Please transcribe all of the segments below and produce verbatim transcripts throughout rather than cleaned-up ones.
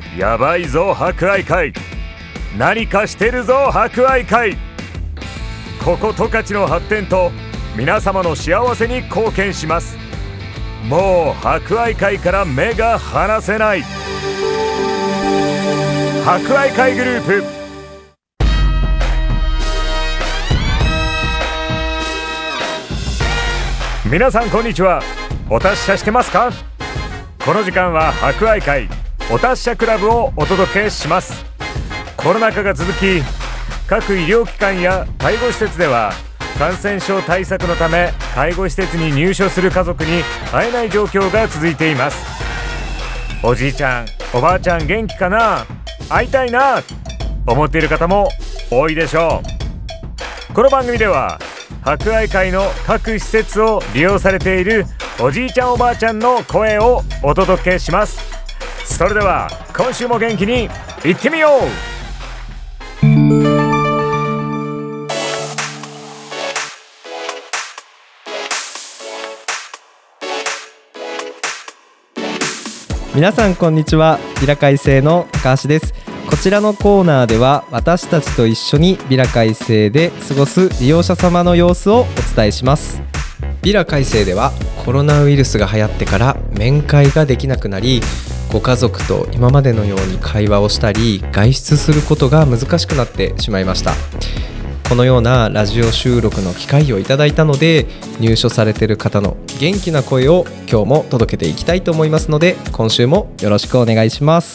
やばいぞ博愛会、何かしてるぞ博愛会。ここ十勝の発展と皆様の幸せに貢献します。もう博愛会から目が離せない。博愛会グループ。皆さんこんにちは。お達者してますか？この時間は博愛会お達者クラブをお届けします。コロナ禍が続き、各医療機関や介護施設では感染症対策のため介護施設に入所する家族に会えない状況が続いています。おじいちゃんおばあちゃん元気かな、会いたいな思っている方も多いでしょう。この番組では博愛会の各施設を利用されているおじいちゃんおばあちゃんの声をお届けします。それでは今週も元気にいってみよう。 皆さんこんにちは。ビラ会生の高橋です。こちらのコーナーでは私たちと一緒にビラ会生で過ごす利用者様の様子をお伝えします。ビラ会生ではコロナウイルスが流行ってから面会ができなくなり、ご家族と今までのように会話をしたり外出することが難しくなってしまいました。このようなラジオ収録の機会をいただいたので、入所されている方の元気な声を今日も届けていきたいと思いますので、今週もよろしくお願いします。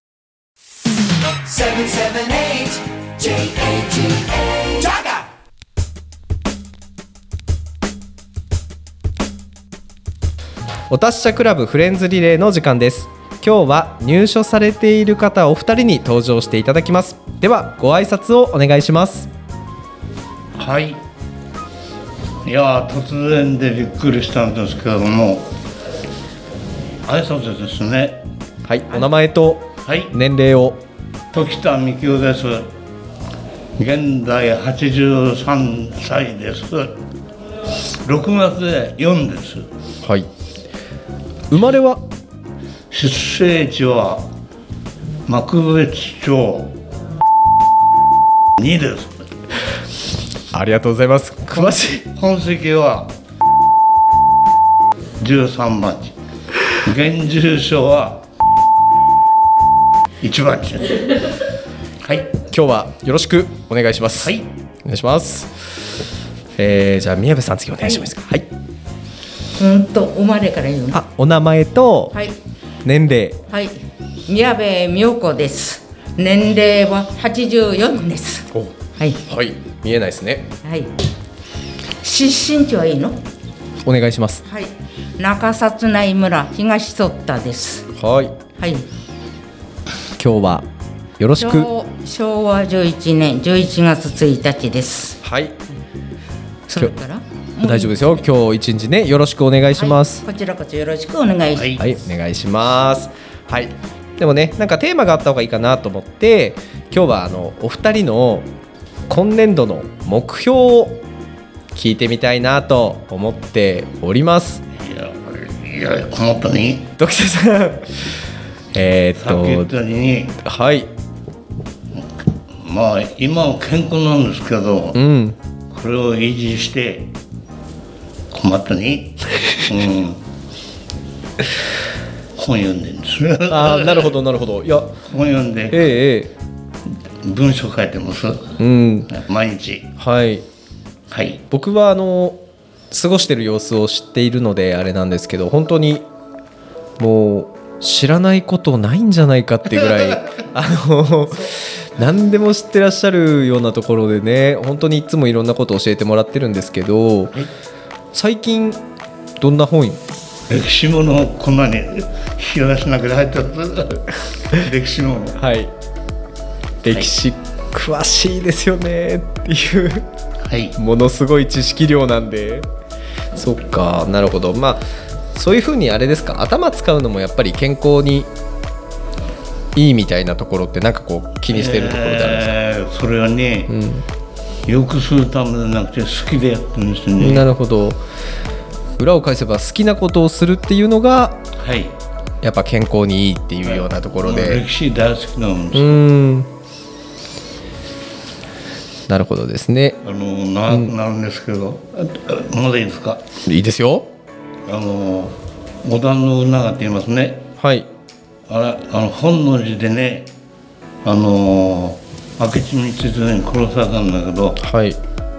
お達者クラブフレンズリレーの時間です。今日は入所されている方お二人に登場していただきます。ではご挨拶をお願いします。 はい、いや突然でびっくりしたんですけれども、挨拶ですね。 はい、お名前と年齢を。 時田幹夫です。現在はちじゅうさんさいです。ろくがつでよんです。 はい。生まれは？ 出生地は幕別町にです。 ありがとうございます。詳しい。 本籍はじゅうさんばんち、現住所はいちばんちです。はい。 今日はよろしくお願いします。 はい。 お願いします。えー、じゃあ宮部さん次お願いします。はい。 うんと生まれから言うの。 あ、お名前と年齢。 はい。宮部美代子です。年齢ははちじゅうよんです。 お、 はい。 はい。見えないですね。 はい。出身地はいいの？ お願いします。 はい。中札内村東曽田です。 はい。 はい。 今日はよろしく。 昭和じゅういちねんじゅういちがつついたちです。 はい。 それから大丈夫ですよ。今日一日ねよろしくお願いします。 はい、こちらこそよろしくお願いします。 はい、お願いします。はい。でもね、なんかテーマがあった方がいいかなと思って、今日はあのお二人の今年度の目標を聞いてみたいなと思っております。 いやいや、本当にドクターさんえーっとさっき言ったように、 はい。 まあ今は健康なんですけど、 うん、 これを維持して困ったに、うん、本読んでるんですあー、なるほどなるほど。いや、 本読んで、 ええ文章書いてます、 うん、 毎日。 はいはい。 僕はあの過ごしてる様子を知っているのであれなんですけど、本当にもう知らないことないんじゃないかっていうぐらいあの何でも知ってらっしゃるようなところでね、本当にいつもいろんなことを教えてもらってるんですけど、はい、最近どんな本？ 歴史ものをこんなに引き出しなくて入ってる歴史もの、 はい、歴史、はい、詳しいですよねっていう、はい、ものすごい知識量なんで。そっか、なるほど。まあそういうふうにあれですか、頭使うのもやっぱり健康にいいみたいなところってなんかこう気にしてるところであるんですか？ えー、それはね、うん、よくするためじゃなくて好きでやってるんですよね。 なるほど。裏を返せば好きなことをするっていうのが、 はい、 やっぱ健康にいいっていうようなところで、 歴史大好きなもんです。 うーん、なるほどですね。 あの長くなるんですけど、あまだいいですか。 いいですよ。 あの織田信長って言いますね。 はい。 あれあの本能寺でね、あの明智光秀に殺されたんだけど、 はい。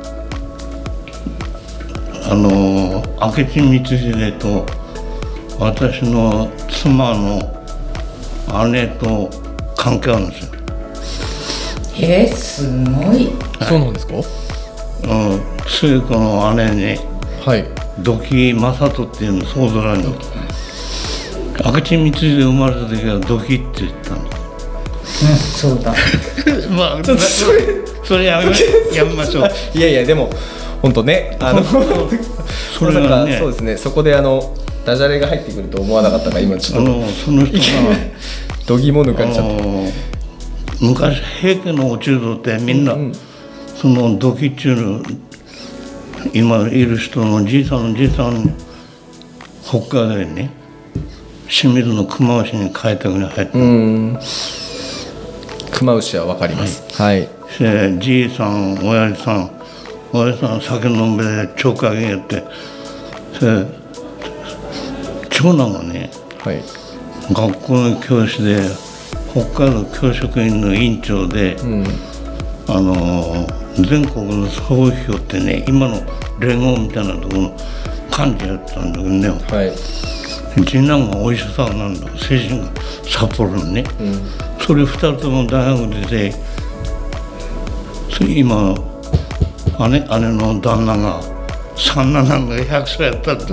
あの明智光秀と私の妻の姉と関係あるんですよ。 えー、すごい。 そうなんですか。 うん、末子の姉にはい。 土岐正人っていうの、総空に明智光秀生まれた時は土岐って言ったんでうん、そうだ。 すまあちょっとそれそれやめまやめましょう。 いやいやでも本当ね、あのそれまさかがね、 そうですね、そこであのダジャレが入ってくると思わなかったから今ちょっとあのその人がどぎも抜かあれちゃった。 の昔平家の落人ってみんな、 うんその土岐中の今いる人のじいさんのじいさん北海道にね、清水の熊牛に開拓に入った、 うーん、熊牛はわかります。はい。 でじいさん親父さん親父さん酒飲んで町会議やって、で長男がねはい。 学校の教師で北海道教職員の委員長で、 うん。 あの全国の総票ってね、今の連合みたいなところの幹事やってたんだけどね、 はい。 次男がお医者さんなんだ、精神が札幌にね、 うん。 それふたりとも大学出て、それ今姉姉の旦那が三男がひゃくさいやったって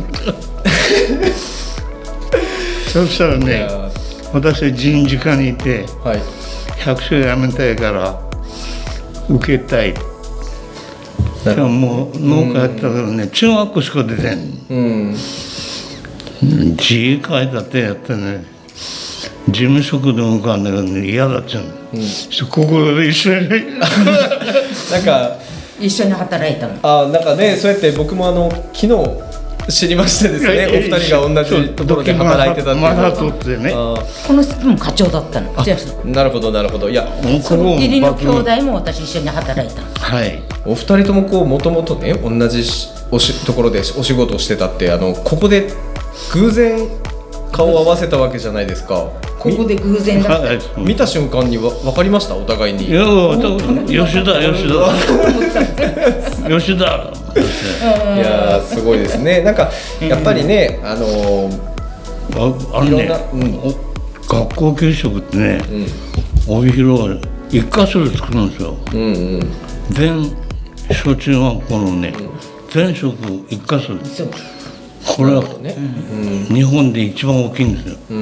そしたらいね、 や私は人事課にいてはい。 百姓辞めたいから受けたい。 なるほど。 もう農家やったからね、中学校しか出てん。 うん。 字書いたってやってね、事務職でも受かんだけどね、嫌だっちゃうの、うん、ここで一緒になんか一緒に働いたの。 あ、なんかね、そうやって僕もあの昨日知りましてですね、お二人が同じところで働いてたっていうのマサトってね、 この人も課長だったの。 なるほどなるほど。いや、 その義理の兄弟も私一緒に働いたの。 はい。 お二人ともこうもともとね、同じおしところでお仕事をしてたって、あのここで偶然顔を合わせたわけじゃないですか。 ここで偶然だった。 見た瞬間にわ分かりました、お互いに。 いや、吉田吉田吉田いやすごいですね。なんかやっぱりね、あのー、 ああのね、 うん、 学校給食ってね、うん、帯広は一箇所で作るんですよ、うんうん、全小中学校のね、うん、全食一箇所で、これは、ね、うん、日本で一番大きいんですよ。うん、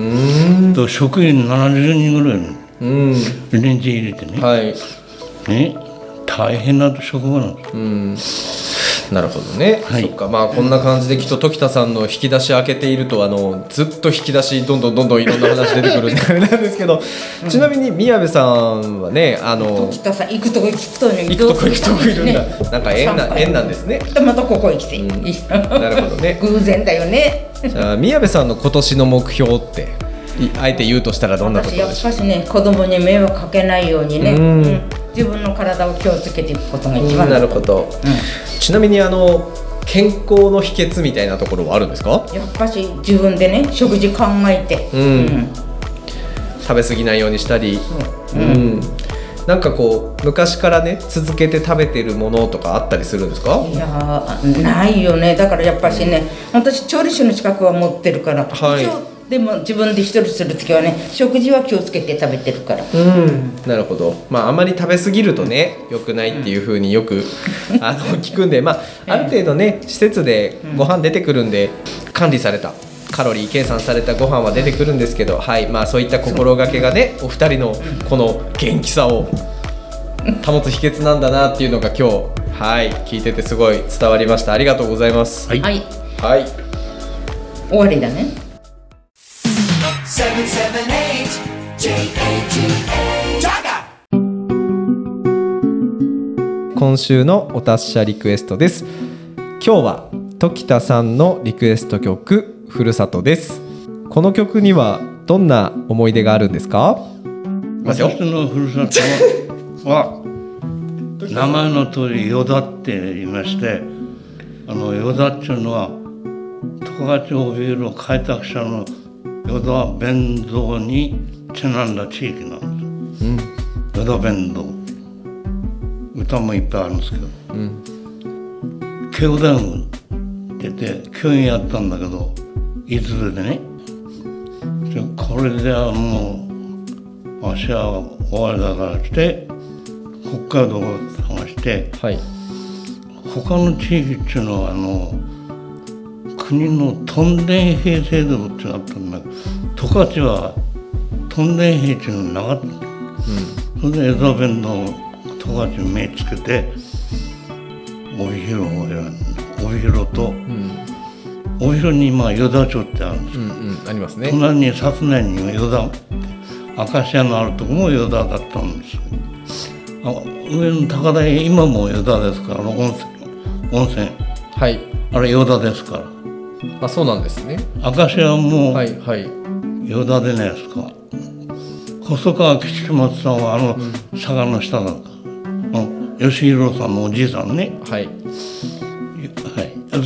と職員ななじゅうにんぐらいの、うん、レンジ入れてね、はい、ね、大変な職場なんですよ。うん、 なるほどね、はい、そっか、まあこんな感じできっと時田さんの引き出し開けていると、あのずっと引き出しどんどんどんどんいろんな話出てくるんであれなんですけど、うん、ちなみに宮部さんはね、あの時田さん行くとこ行くと行くとこ行くとこいるんだ、ね、なんか縁な縁なんですね。 でまたここへ来て、うん、 なるほどね、 偶然だよね。 じゃあ宮部さんの今年の目標ってあえて言うとしたらどんなところでしょう。 私やっぱしね、子供に迷惑かけないようにね、うんうん、自分の体を気をつけていくことが一番だと、うん、なるほど、うん、 ちなみにあの健康の秘訣みたいなところはあるんですか。 やっぱし自分でね、食事考えて、うんうん、 食べ過ぎないようにしたり、うんうん、なんかこう昔からね続けて食べてるものとかあったりするんですか。 いやないよね。だからやっぱしね、うん、私調理師の資格は持ってるから、はい、でも自分で一人するときはね、食事は気をつけて食べてるから、 うん、なるほど。まああまり食べ過ぎるとね良くないっていう風によく、うん、あの聞くんで、まあある程度ね施設でご飯出てくるんで、管理されたカロリー計算されたご飯は出てくるんですけど、はい、まあそういった心がけがね、お二人のこの元気さを保つ秘訣なんだなっていうのが今日、はい、聞いててすごい伝わりました。ありがとうございます。 はい、はい、終わりだね。 今週のお達者リクエストです。今日は時田さんのリクエスト曲ふるさとです。この曲にはどんな思い出があるんですか？ 私のふるさとは名前の通り与田って言いまして、あの与田っていうのは十勝帯広開拓者の与田弁蔵にちなんだ地域なんです、うん、与田弁蔵歌もいっぱいあるんですけど、うん、慶応大学出て教員やったんだけどいずれでね、これではもうわしは終わりだからして北海道を探して、はい、他の地域っていうのはあの国の屯田兵制度ってあったんだけど、十勝は屯田兵っていうのがなかった、うん、それで江戸弁の十勝に目つけて帯広を選んだ。帯広と、うん、帯広に今与田町ってあるんですよ、うんうん、ありますね。隣に薩内に与田明石屋のあるとこも与田だったんですよ。あ上の高台今も与田ですから、あの温泉、温泉、はい、あれ与田ですから。 あ、そうなんですね。 明石屋も与田でないですか、はい、細川吉松さんはあの坂の下だった、うん、吉弘さんのおじいさんね、はい、はい、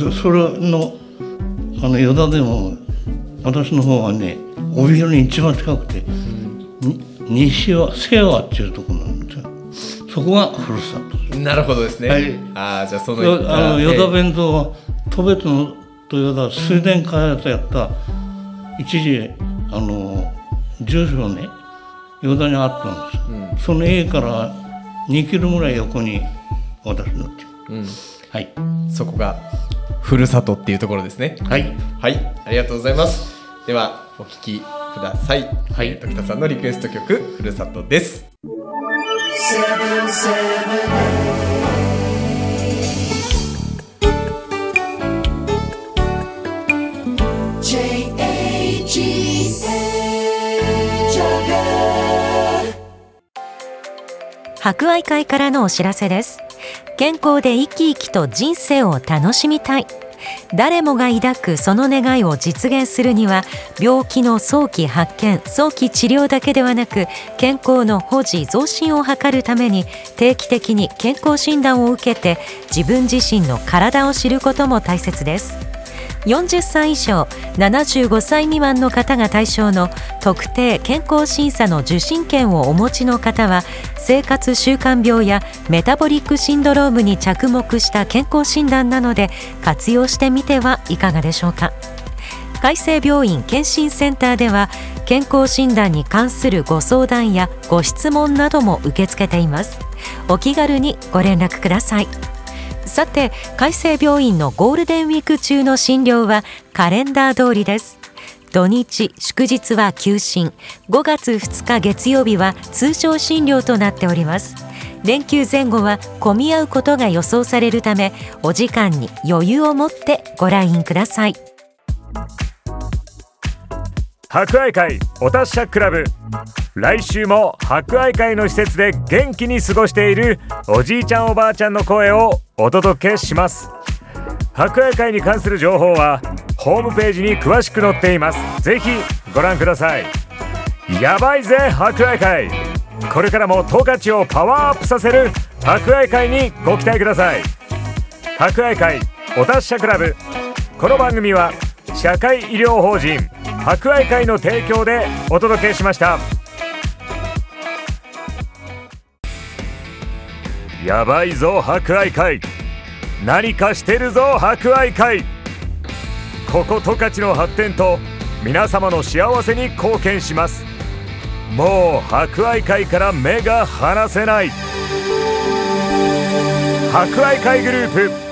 それのあの与田でも私の方はね帯広に一番近くて、うん、西は清和っていうところなんですよ。そこがふるさと。 なるほどですね、はい、あじゃあそのあの与田弁当は戸別のと与田水田開発やった一時あの住所ね与田にあったんです、うん、その家からにキロぐらい横に私の家、うん、はい、 そこがふるさとっていうところですね。 はい、 はい、ありがとうございます。ではお聴きください。はい、時田さんのリクエスト曲ふるさとです。 博愛会からのお知らせです。健康で生き生きと人生を楽しみたい。誰もが抱くその願いを実現するには、病気の早期発見、早期治療だけではなく、健康の保持増進を図るために定期的に健康診断を受けて自分自身の体を知ることも大切です。よんじゅっさい以上ななじゅうごさい未満の方が対象の特定健康審査の受診券をお持ちの方は、生活習慣病やメタボリックシンドロームに着目した健康診断なので活用してみてはいかがでしょうか。海生病院健診センターでは健康診断に関するご相談やご質問なども受け付けています。お気軽にご連絡ください。さて、海生病院のゴールデンウィーク中の診療はカレンダー通りです。土日祝日は休診、ごがつふつか月曜日は通常診療となっております。連休前後は混み合うことが予想されるため、お時間に余裕を持ってご来院ください。 博愛会お達者クラブ、来週も博愛会の施設で元気に過ごしているおじいちゃんおばあちゃんの声をお届けします。博愛会に関する情報はホームページに詳しく載っています。ぜひご覧ください。やばいぜ博愛会、これからも十勝をパワーアップさせる博愛会にご期待ください。博愛会お達者クラブ、この番組は社会医療法人博愛会の提供でお届けしました。やばいぞ博愛会、何かしてるぞ博愛会、ここ十勝の発展と皆様の幸せに貢献します。もう博愛会から目が離せない。博愛会グループ